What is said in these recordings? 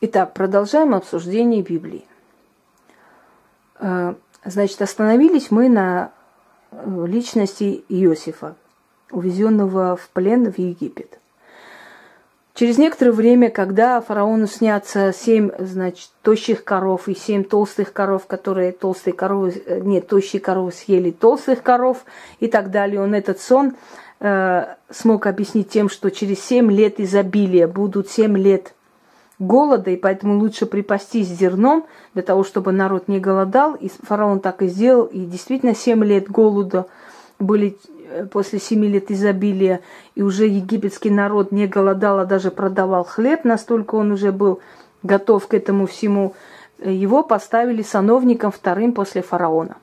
Итак, продолжаем обсуждение Библии. Значит, остановились мы на личности Иосифа, увезенного в плен в Египет. Через некоторое время, когда фараону снятся 7, значит, тощих коров и 7 толстых коров, которые тощие коровы съели толстых коров и так далее, он этот сон смог объяснить тем, что через 7 лет изобилия будут 7 лет голода, и поэтому лучше припастись зерном для того, чтобы народ не голодал. И фараон так и сделал, и действительно 7 лет голода были после 7 лет изобилия, и уже египетский народ не голодал, а даже продавал хлеб, настолько он уже был готов к этому всему. Его поставили сановником вторым после фараона.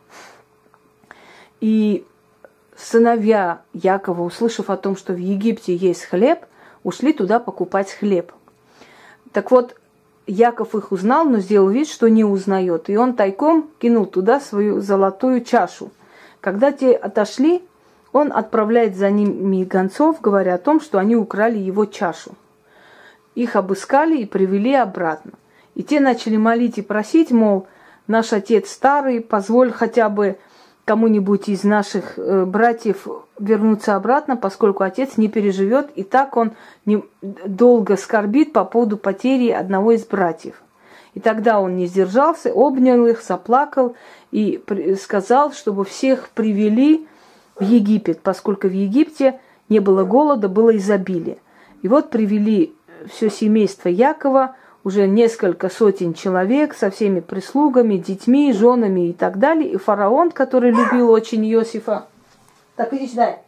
И сыновья Якова, услышав о том, что в Египте есть хлеб, ушли туда покупать хлеб. Так вот, Яков их узнал, но сделал вид, что не узнает. И он тайком кинул туда свою золотую чашу. Когда те отошли, он отправляет за ними гонцов, говоря о том, что они украли его чашу. Их обыскали и привели обратно. И те начали молить и просить, мол, наш отец старый, позволь хотя бы кому-нибудь из наших братьев вернуться обратно, поскольку отец не переживет, и так он долго скорбит по поводу потери одного из братьев. И тогда он не сдержался, обнял их, заплакал и сказал, чтобы всех привели в Египет, поскольку в Египте не было голода, было изобилие. И вот привели все семейство Якова, уже несколько сотен человек со всеми прислугами, детьми, женами и так далее. И фараон, который любил очень Иосифа, так иди сюда,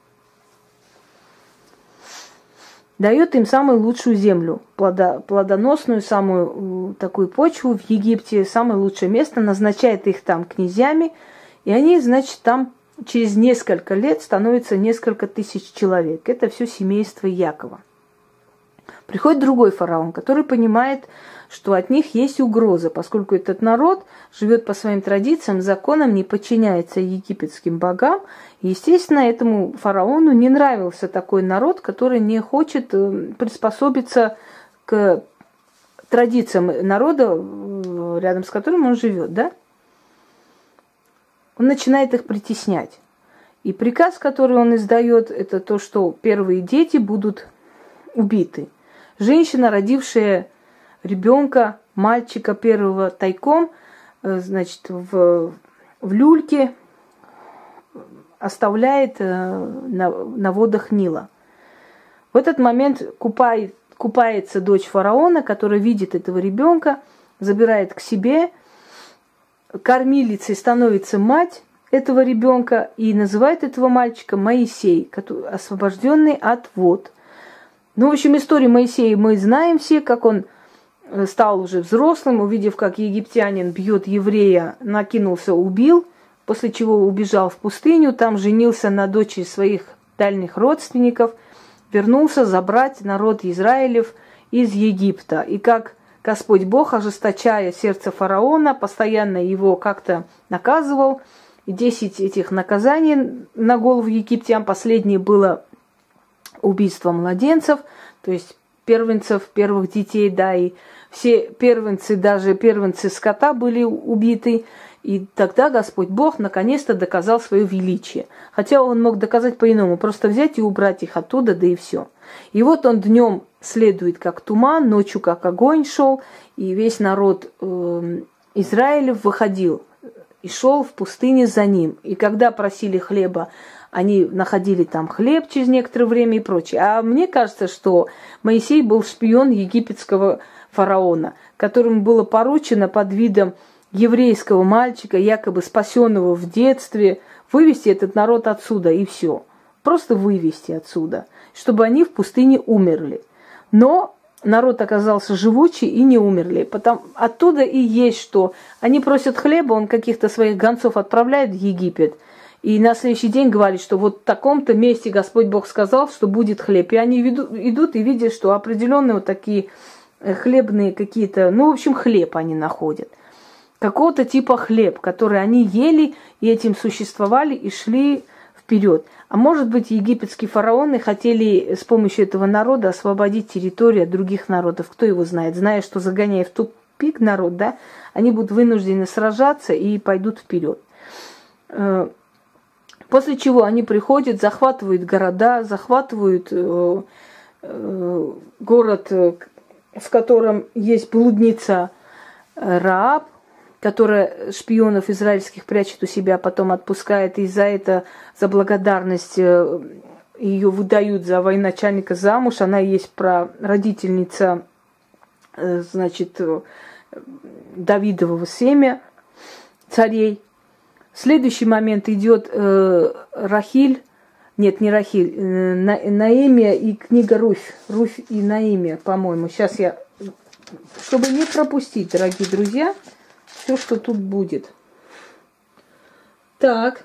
дает им самую лучшую землю, плодоносную, самую такую почву в Египте, самое лучшее место, назначает их там князьями, и они, значит, там через несколько лет становится несколько тысяч человек. Это все семейство Якова. Приходит другой фараон, который понимает, что от них есть угроза, поскольку этот народ живет по своим традициям, законам, не подчиняется египетским богам. И, естественно, этому фараону не нравился такой народ, который не хочет приспособиться к традициям народа, рядом с которым он живет, да? Он начинает их притеснять. И приказ, который он издает, это то, что первые дети будут убиты. Женщина, родившая ребенка, мальчика первого тайком, значит, в люльке оставляет на водах Нила. В этот момент купается дочь фараона, которая видит этого ребенка, забирает к себе. Кормилицей становится мать этого ребенка и называет этого мальчика Моисей, освобожденный от вод. Ну, в общем, историю Моисея мы знаем все, как он стал уже взрослым, увидев, как египтянин бьет еврея, накинулся, убил, после чего убежал в пустыню, там женился на дочери своих дальних родственников, вернулся забрать народ Израилев из Египта. И как Господь Бог, ожесточая сердце фараона, постоянно его как-то наказывал, и 10 этих наказаний на голову египтян, последнее было убийство младенцев, то есть первенцев, первых детей, да, и все первенцы, даже первенцы скота были убиты. И тогда Господь Бог наконец-то доказал свое величие. Хотя он мог доказать по-иному, просто взять и убрать их оттуда, да и все. И вот он днем следует как туман, ночью как огонь шел, и весь народ Израилев выходил и шел в пустыне за ним. И когда просили хлеба, они находили там хлеб через некоторое время и прочее. А мне кажется, что Моисей был шпион египетского фараона, которому было поручено под видом еврейского мальчика, якобы спасенного в детстве, вывести этот народ отсюда, и все. Просто вывести отсюда, чтобы они в пустыне умерли. Но народ оказался живучий и не умерли. Оттуда и есть, что они просят хлеба, он каких-то своих гонцов отправляет в Египет, и на следующий день говорит, что вот в таком-то месте Господь Бог сказал, что будет хлеб. И они идут и видят, что определенные вот такие хлебные какие-то, ну, в общем, хлеб они находят. Какого-то типа хлеб, который они ели и этим существовали, и шли в вперед. А может быть, египетские фараоны хотели с помощью этого народа освободить территорию от других народов. Кто его знает? Зная, что загоняя в тупик народ, да, они будут вынуждены сражаться и пойдут вперед. После чего они приходят, захватывают города, захватывают город, в котором есть блудница Рааб, которая шпионов израильских прячет у себя, потом отпускает, и за это, за благодарность ее выдают за военачальника замуж. Она и есть прародительница, значит, Давидового семя, царей. В следующий момент идет Рахиль, нет, не Рахиль, Наэмия и книга Руфь. Руфь и Наэмия, по-моему. Сейчас я, чтобы не пропустить, дорогие друзья, все, что тут будет. Так.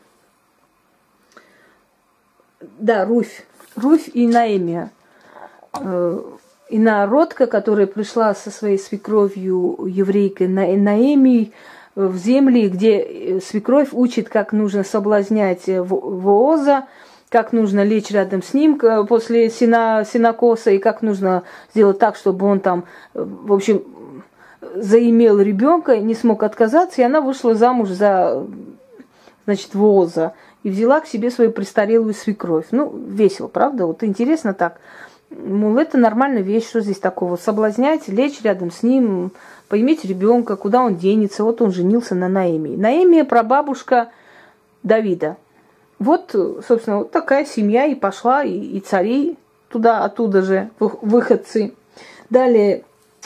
Да, Руфь. Руфь и Наэмия. Инородка, которая пришла со своей свекровью еврейкой Наэмией в земли, где свекровь учит, как нужно соблазнять Вооза, как нужно лечь рядом с ним после сенокоса, и как нужно сделать так, чтобы он там, в общем, заимел ребенка, не смог отказаться, и она вышла замуж за, значит, Вооза и взяла к себе свою престарелую свекровь. Ну, весело, правда? Вот интересно так. Мол, это нормальная вещь, что здесь такого? Соблазнять, лечь рядом с ним, поиметь ребенка, куда он денется. Вот он женился на Наэмии. Наэмия прабабушка Давида. Вот, собственно, вот такая семья и пошла, и цари туда, оттуда же, выходцы. Далее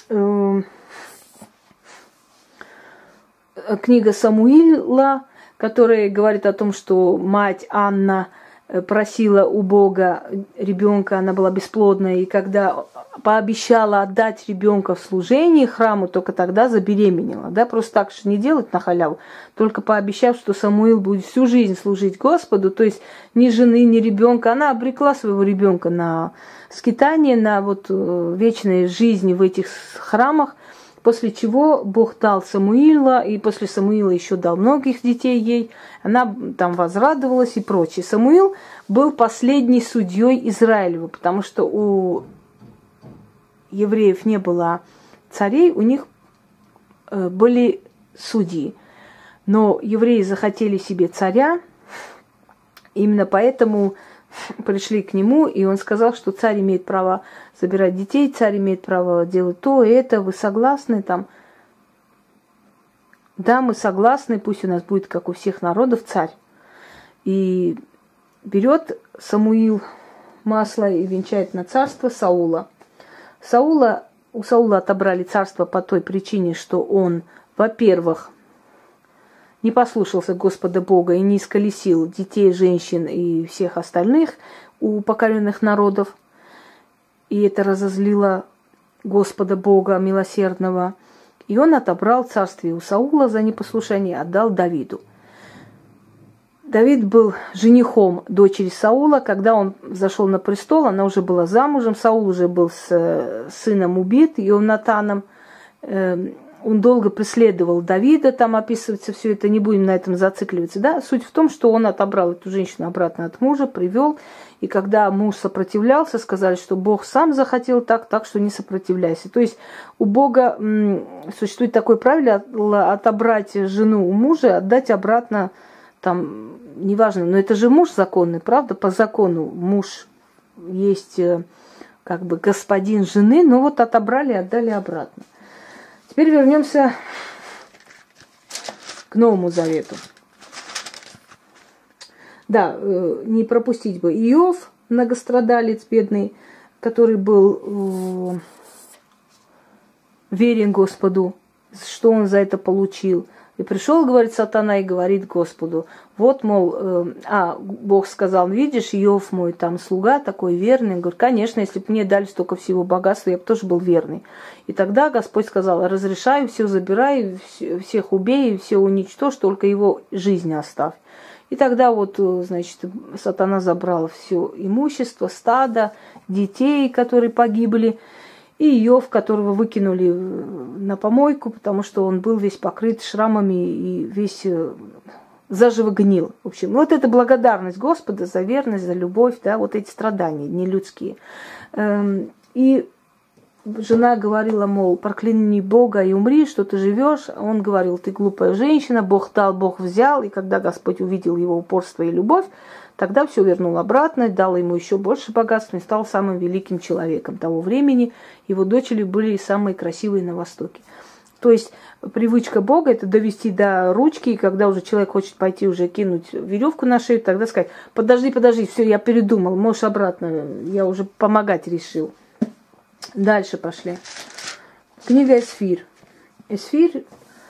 книга Самуила, которая говорит о том, что мать Анна просила у Бога ребенка, она была бесплодная, и когда пообещала отдать ребенка в служение храму, только тогда забеременела. Да? Просто так же не делать на халяву, только пообещав, что Самуил будет всю жизнь служить Господу, то есть ни жены, ни ребенка. Она обрекла своего ребенка на скитание, на вот вечную жизнь в этих храмах, после чего Бог дал Самуила, и после Самуила еще дал многих детей ей. Она там возрадовалась и прочее. Самуил был последний судьей Израилева, потому что у евреев не было царей, у них были судьи. Но евреи захотели себе царя, именно поэтому пришли к нему, и он сказал, что царь имеет право забирать детей, царь имеет право делать то и это, вы согласны там? Да, мы согласны, пусть у нас будет, как у всех народов, царь. И берет Самуил масло и венчает на царство Саула. У Саула отобрали царство по той причине, что он, во-первых, не послушался Господа Бога и не исколесил детей, женщин и всех остальных у покоренных народов. И это разозлило Господа Бога милосердного. И он отобрал царствие у Саула за непослушание, отдал Давиду. Давид был женихом дочери Саула. Когда он зашел на престол, она уже была замужем. Саул уже был с сыном убит, Ионатаном. Он долго преследовал Давида, там описывается все это, не будем на этом зацикливаться. Да? Суть в том, что он отобрал эту женщину обратно от мужа, привел, и когда муж сопротивлялся, сказали, что Бог сам захотел так что не сопротивляйся. То есть у Бога существует такое правило отобрать жену у мужа, отдать обратно, там, неважно, но это же муж законный, правда? По закону муж есть как бы господин жены, но вот отобрали, отдали обратно. Теперь вернемся к Новому Завету. Да, не пропустить бы Иов, многострадалец бедный, который был верен Господу, что он за это получил. И пришел, говорит сатана, и говорит Господу, вот, мол, Бог сказал, видишь, Иов мой там слуга такой верный. Он говорит, конечно, если бы мне дали столько всего богатства, я бы тоже был верный. И тогда Господь сказал, разрешаю, все забирай, всех убей, все уничтожь, только его жизнь оставь. И тогда вот, значит, сатана забрал все имущество, стадо, детей, которые погибли, и Иов, которого выкинули на помойку, потому что он был весь покрыт шрамами и весь заживо гнил. В общем, вот это благодарность Господа за верность, за любовь, да, вот эти страдания нелюдские. И жена говорила, мол, прокляни Бога и умри, что ты живешь. Он говорил, ты глупая женщина, Бог дал, Бог взял. И когда Господь увидел его упорство и любовь, тогда все вернул обратно, дал ему еще больше богатства и стал самым великим человеком того времени. Его дочери были самые красивые на Востоке. То есть привычка Бога – это довести до ручки, и когда уже человек хочет пойти уже кинуть веревку на шею, тогда сказать, подожди, все, я передумал, можешь обратно, я уже помогать решил. Дальше пошли. Книга Эсфир. Эсфир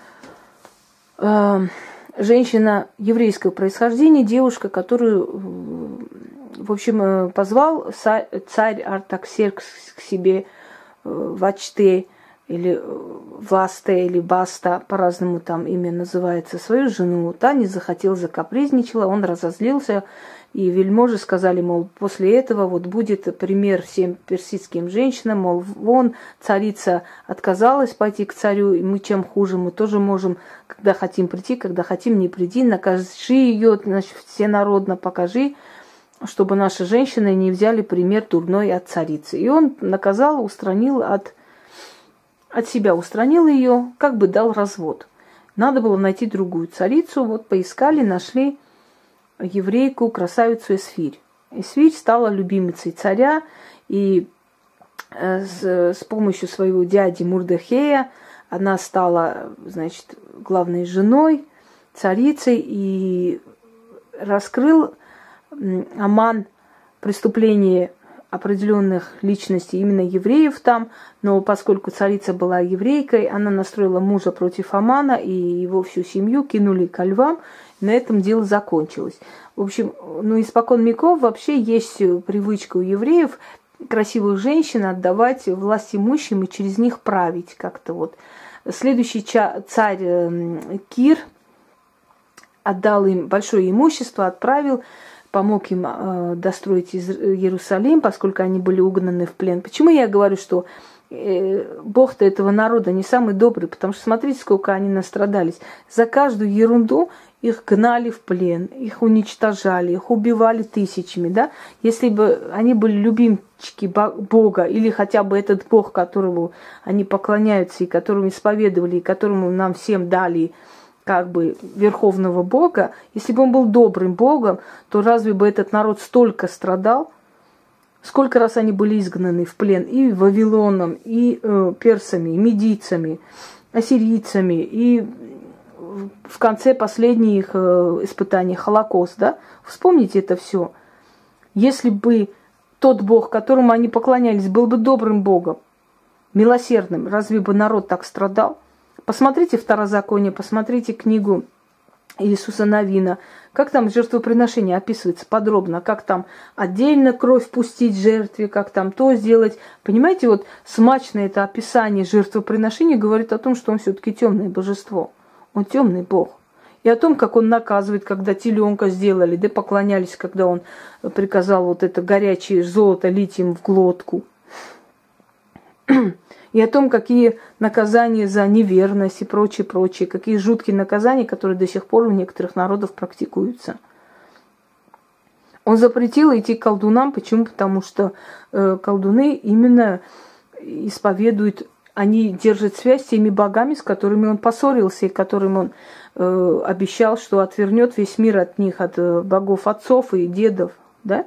женщина еврейского происхождения, девушка, которую, в общем, позвал царь Артаксеркс к себе в Ачте, или Власте, или Баста, по-разному там имя называется, свою жену. Та не захотела, закапризничала, он разозлился, и вельможи сказали, мол, после этого вот будет пример всем персидским женщинам, мол, вон царица отказалась пойти к царю, и мы чем хуже, мы тоже можем, когда хотим прийти, когда хотим не приди, накажи ее, значит, всенародно покажи, чтобы наши женщины не взяли пример дурной от царицы. И он наказал, устранил от себя, устранил ее, как бы дал развод. Надо было найти другую царицу, вот поискали, нашли еврейку, красавицу Эсфирь. Эсфирь стала любимицей царя, и с помощью своего дяди Мурдехея она стала, значит, главной женой, царицей, и раскрыл Аман преступление определенных личностей, именно евреев там, но поскольку царица была еврейкой, она настроила мужа против Амана, и его всю семью кинули ко львам, и на этом дело закончилось. В общем, ну, испокон веков вообще есть привычка у евреев красивых женщин отдавать власть имущим и через них править как-то вот. Следующий царь Кир отдал им большое имущество, отправил, помог им достроить Иерусалим, поскольку они были угнаны в плен. Почему я говорю, что Бог-то этого народа не самый добрый? Потому что смотрите, сколько они настрадались. За каждую ерунду их гнали в плен, их уничтожали, их убивали тысячами. Да? Если бы они были любимчики Бога, или хотя бы этот Бог, которому они поклоняются, и которому исповедовали, и которому нам всем дали как бы верховного Бога, если бы он был добрым Богом, то разве бы этот народ столько страдал? Сколько раз они были изгнаны в плен и Вавилоном, и персами, и медийцами, ассирийцами, и в конце последних их испытаний Холокост, да? Вспомните это все. Если бы тот Бог, которому они поклонялись, был бы добрым Богом, милосердным, разве бы народ так страдал? Посмотрите Второзаконие, посмотрите книгу Иисуса Навина. Как там жертвоприношение описывается подробно, как там отдельно кровь пустить жертве, как там то сделать. Понимаете, вот смачное это описание жертвоприношения говорит о том, что он все-таки темное божество. Он темный Бог. И о том, как он наказывает, когда теленка сделали, да поклонялись, когда он приказал вот это горячее золото лить им в глотку. И о том, какие наказания за неверность и прочее, какие жуткие наказания, которые до сих пор у некоторых народов практикуются. Он запретил идти к колдунам. Почему? Потому что колдуны именно исповедуют, они держат связь с теми богами, с которыми он поссорился, и которым он обещал, что отвернет весь мир от них, от богов отцов и дедов, да?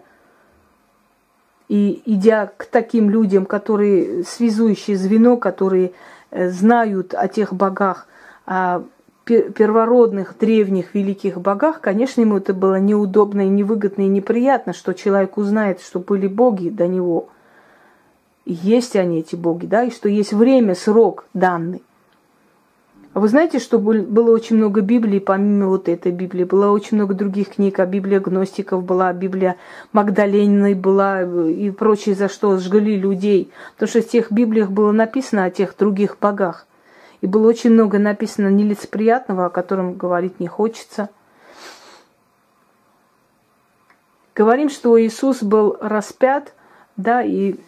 И идя к таким людям, которые связующее звено, которые знают о тех богах, о первородных, древних, великих богах, конечно, ему это было неудобно и невыгодно и неприятно, что человек узнает, что были боги до него. И есть они, эти боги, да, и что есть время, срок данный. А вы знаете, что было очень много Библий, помимо вот этой Библии, было очень много других книг, а Библия гностиков была, Библия Магдалениной была и прочее, за что сжгли людей. Потому что в тех Библиях было написано о тех других богах. И было очень много написано нелицеприятного, о котором говорить не хочется. Говорим, что Иисус был распят, да, и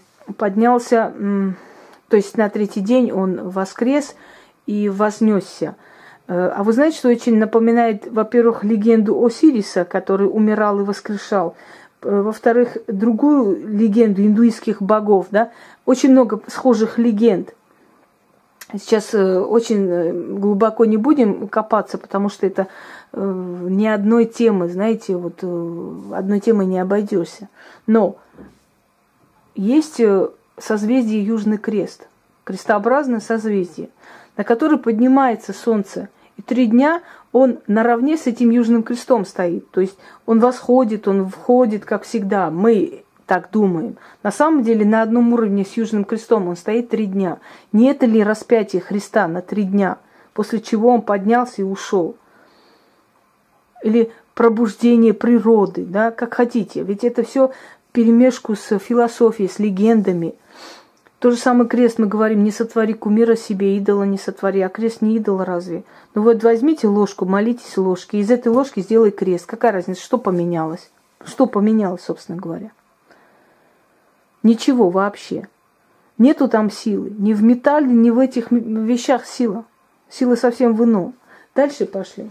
поднялся, то есть на третий день он воскрес и вознесся. А вы знаете, что очень напоминает, во-первых, легенду Осириса, который умирал и воскрешал, во-вторых, другую легенду индуистских богов, да? Очень много схожих легенд. Сейчас очень глубоко не будем копаться, потому что это ни одной темы, знаете, вот одной темой не обойдешься. Но есть созвездие Южный Крест, крестообразное созвездие, на которое поднимается Солнце. И 3 дня он наравне с этим Южным Крестом стоит. То есть он восходит, он входит, как всегда. Мы так думаем. На самом деле на одном уровне с Южным Крестом он стоит 3 дня. Не это ли распятие Христа на 3 дня, после чего он поднялся и ушел? Или пробуждение природы, да, как хотите. Ведь это все перемешку с философией, с легендами. То же самое крест, мы говорим, не сотвори кумира себе, идола не сотвори, а крест не идол разве? Ну вот возьмите ложку, молитесь ложке, из этой ложки сделай крест. Какая разница, что поменялось? Что поменялось, собственно говоря? Ничего вообще. Нету там силы. Ни в металле, ни в этих вещах сила. Сила совсем в ином. Дальше пошли.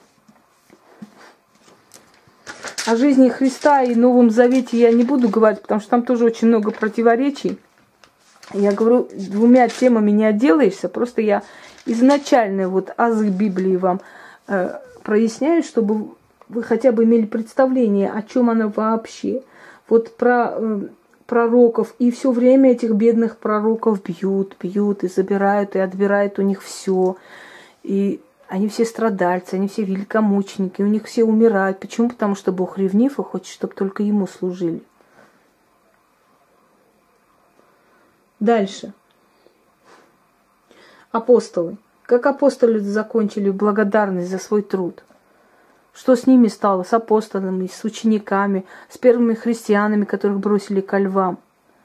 О жизни Христа и Новом Завете я не буду говорить, потому что там тоже очень много противоречий. Я говорю, 2 темами не отделаешься, просто я изначально вот азы Библии вам проясняю, чтобы вы хотя бы имели представление, о чем она вообще. Вот про пророков, и все время этих бедных пророков бьют и забирают, и отбирают у них все. И они все страдальцы, они все великомученики, у них все умирают. Почему? Потому что Бог ревнив и хочет, чтобы только Ему служили. Дальше. Апостолы. Как апостолы закончили благодарность за свой труд? Что с ними стало? С апостолами, с учениками, с первыми христианами, которых бросили ко львам?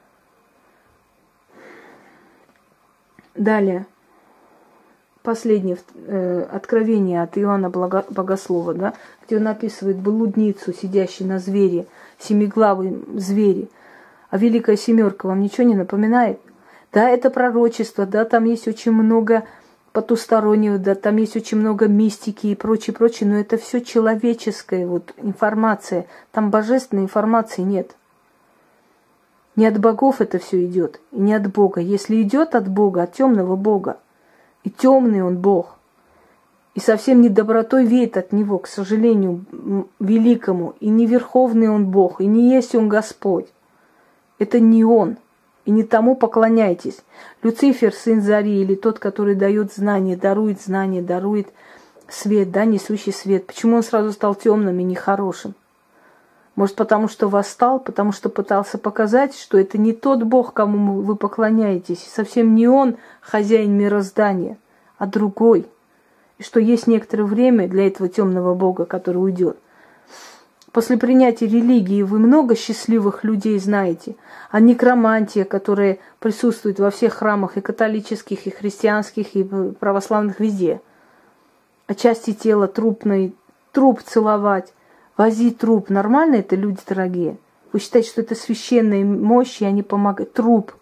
Далее. Последнее откровение от Иоанна Богослова, да, где он описывает блудницу, сидящую на звере, семиглавом звере. А Великая Семерка вам ничего не напоминает? Да, это пророчество, да, там есть очень много потустороннего, да, там есть очень много мистики и прочее, но это все человеческая вот информация. Там божественной информации нет. Не от богов это все идет, и не от Бога. Если идет от Бога, от темного Бога, и темный он Бог, и совсем не добротой веет от него, к сожалению, великому, и не верховный он Бог, и не есть он Господь. Это не он, и не тому поклоняйтесь. Люцифер, сын Зари, или тот, который дает знания, дарует свет, да, несущий свет. Почему он сразу стал темным и нехорошим? Может, потому что восстал, потому что пытался показать, что это не тот Бог, кому вы поклоняетесь, совсем не он хозяин мироздания, а другой. И что есть некоторое время для этого темного Бога, который уйдет. После принятия религии вы много счастливых людей знаете. А некромантия, которая присутствует во всех храмах и католических, и христианских, и православных везде. А части тела трупной, труп целовать, возить труп. Нормально это, люди дорогие? Вы считаете, что это священная мощь, и они помогают? Труп.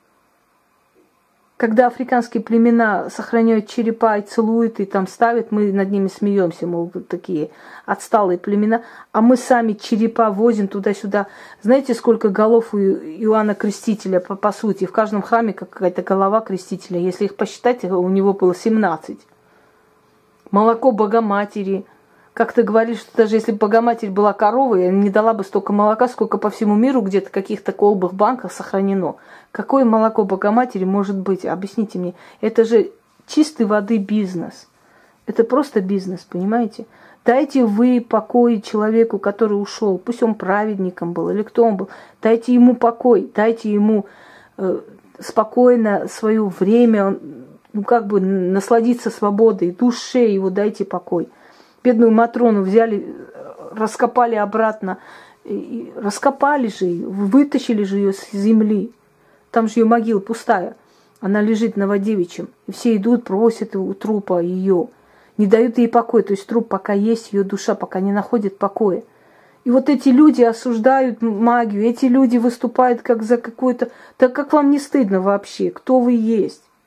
Когда африканские племена сохраняют черепа и целуют, и там ставят, мы над ними смеемся, мол, вот такие отсталые племена, а мы сами черепа возим туда-сюда. Знаете, сколько голов у Иоанна Крестителя, по сути? В каждом храме какая-то голова Крестителя. Если их посчитать, у него было 17. Молоко Богоматери. Как-то говорили, что даже если бы Богоматерь была коровой, она не дала бы столько молока, сколько по всему миру где-то в каких-то колбах, банках сохранено. Какое молоко Богоматери может быть? Объясните мне. Это же чистой воды бизнес. Это просто бизнес, понимаете? Дайте вы покой человеку, который ушел. Пусть он праведником был или кто он был. Дайте ему покой, дайте ему спокойно свое время, насладиться свободой, душе его дайте покой. Бедную Матрону взяли, раскопали обратно. И раскопали же ее, вытащили же ее с земли. Там же ее могила пустая. Она лежит Новодевичьем. И все идут, просят у трупа ее. Не дают ей покоя. То есть труп пока есть, ее душа пока не находит покоя. И вот эти люди осуждают магию. Эти люди выступают как за какую-то... Да как вам не стыдно вообще? Кто вы есть?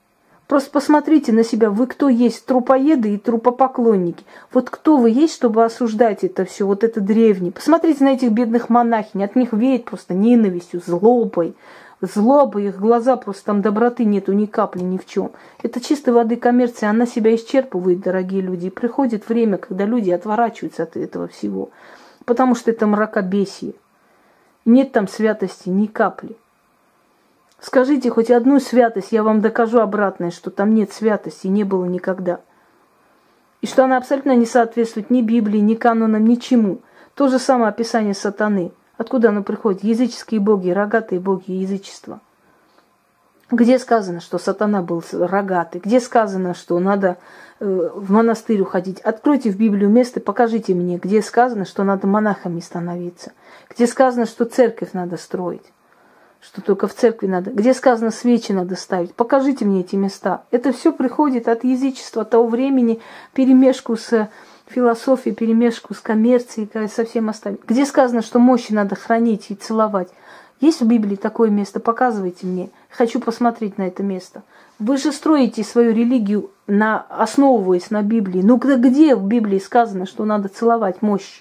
Просто посмотрите на себя, вы кто есть, трупоеды и трупопоклонники. Вот кто вы есть, чтобы осуждать это все, вот это древнее. Посмотрите на этих бедных монахинь, от них веет просто ненавистью, злобой. Злоба, их глаза, просто там доброты нету ни капли, ни в чем. Это чистой воды коммерция, она себя исчерпывает, дорогие люди. И приходит время, когда люди отворачиваются от этого всего, потому что это мракобесие. Нет там святости ни капли. Скажите хоть одну святость, я вам докажу обратное, что там нет святости, не было никогда. И что она абсолютно не соответствует ни Библии, ни канонам, ничему. То же самое описание сатаны. Откуда оно приходит? Языческие боги, рогатые боги язычества. Где сказано, что сатана был рогатый? Где сказано, что надо в монастырь уходить? Откройте в Библию место, покажите мне, где сказано, что надо монахами становиться. Где сказано, что церковь надо строить. Что только в церкви надо. Где сказано, свечи надо ставить. Покажите мне эти места. Это все приходит от язычества, от того времени, перемешку с философией, перемешку с коммерцией, со всем остальным. Где сказано, что мощи надо хранить и целовать. Есть в Библии такое место? Показывайте мне. Хочу посмотреть на это место. Вы же строите свою религию, основываясь на Библии. Ну где в Библии сказано, что надо целовать мощи?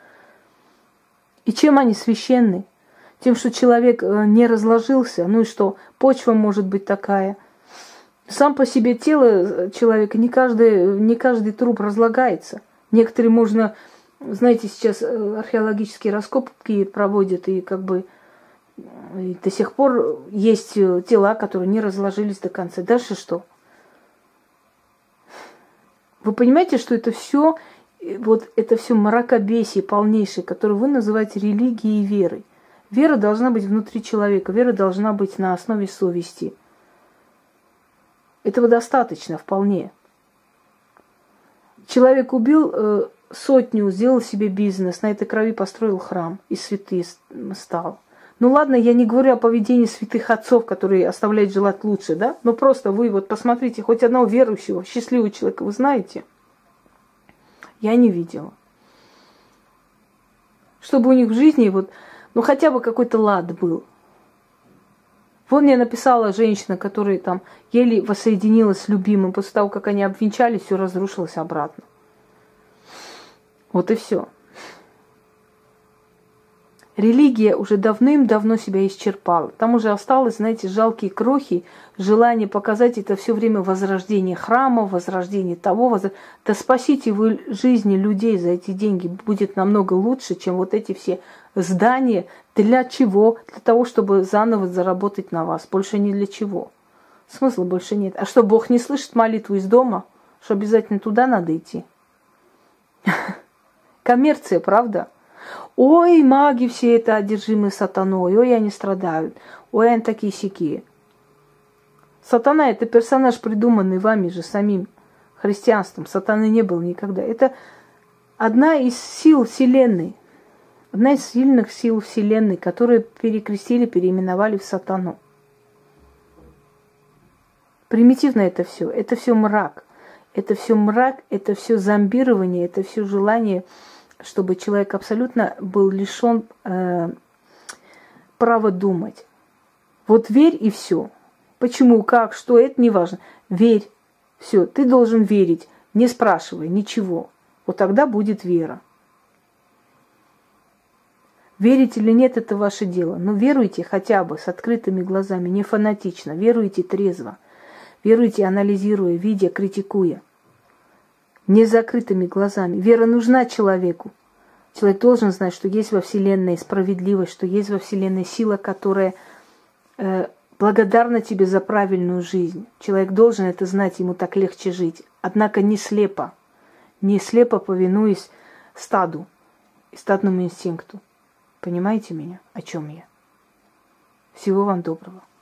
И чем они священны? Тем, что человек не разложился, ну и что, почва может быть такая. Сам по себе тело человека, не каждый труп разлагается. Некоторые можно, знаете, сейчас археологические раскопки проводят, и как бы и до сих пор есть тела, которые не разложились до конца. Дальше что? Вы понимаете, что это все мракобесие полнейшее, которое вы называете религией и верой. Вера должна быть внутри человека, вера должна быть на основе совести. Этого достаточно вполне. Человек убил сотню, сделал себе бизнес, на этой крови построил храм и святый стал. Ну ладно, я не говорю о поведении святых отцов, которые оставляют желать лучше, да? Но просто вы вот посмотрите, хоть одного верующего, счастливого человека вы знаете? Я не видела. Чтобы у них в жизни хотя бы какой-то лад был. Вот мне написала женщина, которая там еле воссоединилась с любимым. После того, как они обвенчались, все разрушилось обратно. Вот и все. Религия уже давным-давно себя исчерпала. Там уже осталось, знаете, жалкие крохи, желание показать это все время возрождение храма, возрождение того. Да спасите вы жизни людей за эти деньги. Будет намного лучше, чем вот эти все здания. Для чего? Для того, чтобы заново заработать на вас. Больше ни для чего. Смысла больше нет. А что, Бог не слышит молитву из дома? Что обязательно туда надо идти? Коммерция, правда? Ой, маги все это одержимы сатаной, ой, они страдают, ой, они такие-сякие. Сатана – это персонаж, придуманный вами же самим христианством. Сатаны не было никогда. Это одна из сил Вселенной, одна из сильных сил Вселенной, которые перекрестили, переименовали в сатану. Примитивно это все мрак. Это все мрак, это все зомбирование, это все желание, чтобы человек абсолютно был лишен права думать. Вот верь и все. Почему, как, что, это не важно. Верь. Все, ты должен верить. Не спрашивай ничего. Вот тогда будет вера. Верить или нет, это ваше дело. Но веруйте хотя бы с открытыми глазами, не фанатично. Веруйте трезво. Веруйте, анализируя, видя, критикуя. Не с закрытыми глазами. Вера нужна человеку. Человек должен знать, что есть во Вселенной справедливость, что есть во Вселенной сила, которая благодарна тебе за правильную жизнь. Человек должен это знать, ему так легче жить. Однако не слепо повинуясь стаду, стадному инстинкту. Понимаете меня, о чем я? Всего вам доброго.